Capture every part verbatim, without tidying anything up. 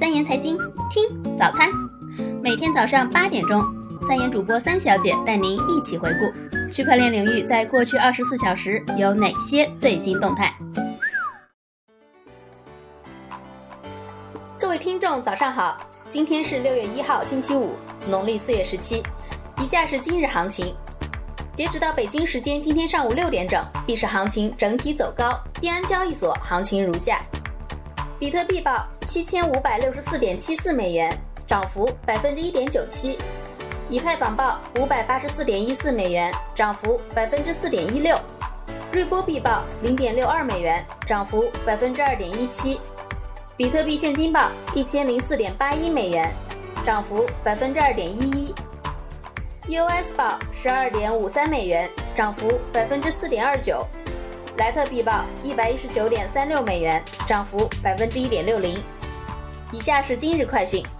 三言财经，听早餐。每天早上八点钟，三言主播三小姐带您一起回顾区块链领域在过去二十四小时有哪些最新动态。各位听众早上好，今天是六月一号星期五，农历四月十七。以下是今日行情。截止到北京时间今天上午六点整，币市行情整体走高，币安交易所行情如下：比特币报七千五百六十四点七四美元，涨幅百分之一点九七；以太坊报五百八十四点一四美元，涨幅百分之四点一六；瑞波币报零点六二美元，涨幅百分之二点一七；比特币现金报一千零四点八一美元，涨幅百分之二点一一。E O S 报十二点五三美元，涨幅百分之四点二九；莱特币报一百一十九点三六美元，涨幅百分之一点六零。以下是今日快讯。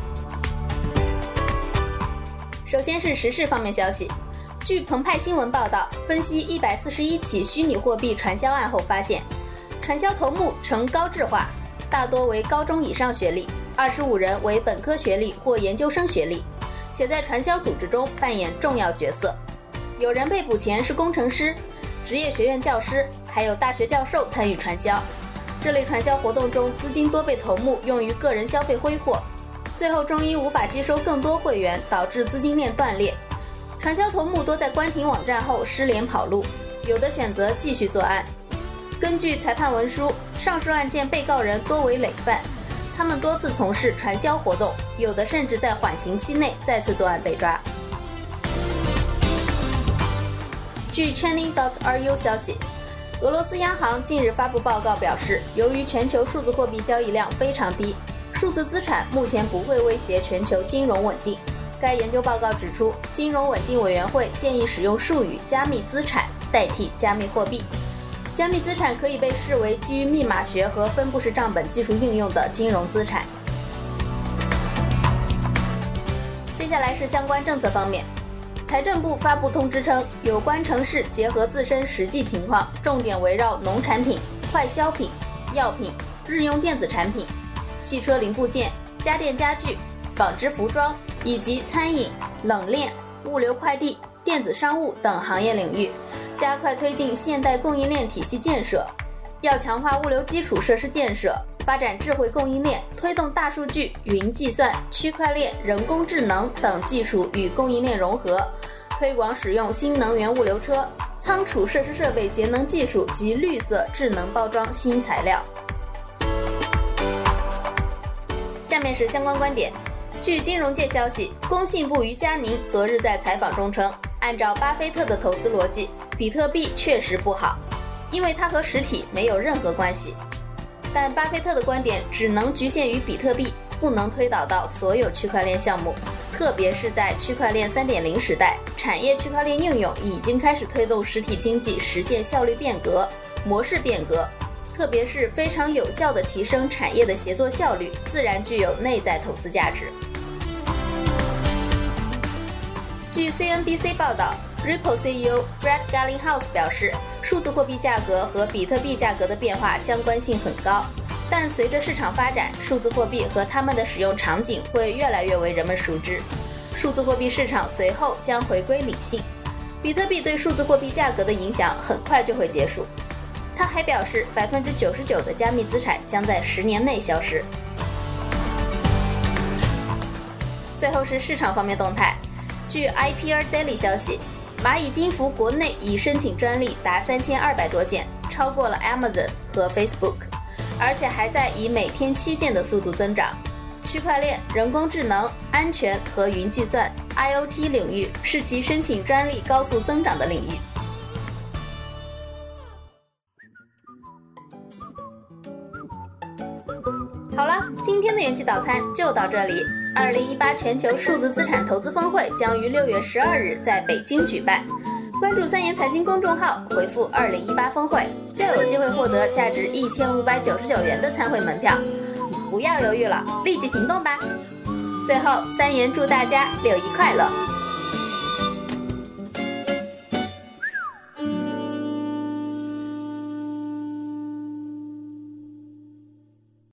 首先是时事方面消息，据澎湃新闻报道，分析一百四十一起虚拟货币传销案后发现，传销头目呈高质化，大多为高中以上学历，二十五人为本科学历或研究生学历，且在传销组织中扮演重要角色。有人被捕前是工程师、职业学院教师，还有大学教授参与传销。这类传销活动中，资金多被头目用于个人消费挥霍，最后终因无法吸收更多会员，导致资金链断裂。传销头目多在关停网站后失联跑路，有的选择继续作案。根据裁判文书，上述案件被告人多为累犯，他们多次从事传销活动，有的甚至在缓刑期内再次作案被抓。据 Chainlink 点 R U 消息，俄罗斯央行近日发布报告表示，由于全球数字货币交易量非常低，数字资产目前不会威胁全球金融稳定。该研究报告指出，金融稳定委员会建议使用术语加密资产代替加密货币。加密资产可以被视为基于密码学和分布式账本技术应用的金融资产。接下来是相关政策方面，财政部发布通知称，有关城市结合自身实际情况，重点围绕农产品、快消品、药品、日用电子产品、汽车零部件、家电家具、纺织服装以及餐饮、冷链、物流快递、电子商务等行业领域，加快推进现代供应链体系建设。要强化物流基础设施建设，发展智慧供应链，推动大数据、云计算、区块链、人工智能等技术与供应链融合，推广使用新能源物流车、仓储设施设备节能技术及绿色智能包装新材料。下面是相关观点。据金融界消息，工信部于佳宁昨日在采访中称，按照巴菲特的投资逻辑，比特币确实不好，因为它和实体没有任何关系。但巴菲特的观点只能局限于比特币，不能推导到所有区块链项目，特别是在区块链 三点零 时代，产业区块链应用已经开始推动实体经济实现效率变革、模式变革，特别是非常有效地提升产业的协作效率，自然具有内在投资价值。据 C N B C 报道， Ripple C E O Brett Garlinghouse 表示，数字货币价格和比特币价格的变化相关性很高，但随着市场发展，数字货币和它们的使用场景会越来越为人们熟知，数字货币市场随后将回归理性，比特币对数字货币价格的影响很快就会结束。他还表示， 百分之九十九 的加密资产将在十年内消失。最后是市场方面动态。据 I P R Daily 消息，蚂蚁金服国内已申请专利达三千二百多件，超过了 Amazon 和 Facebook， 而且还在以每天七件的速度增长。区块链、人工智能、安全和云计算 I O T 领域是其申请专利高速增长的领域。好了，今天的元气早餐就到这里。二零一八全球数字资产投资峰会将于六月十二日在北京举办。关注三言财经公众号，回复二零一八峰会，就有机会获得价值一千五百九十九元的参会门票。不要犹豫了，立即行动吧！最后，三言祝大家六一快乐！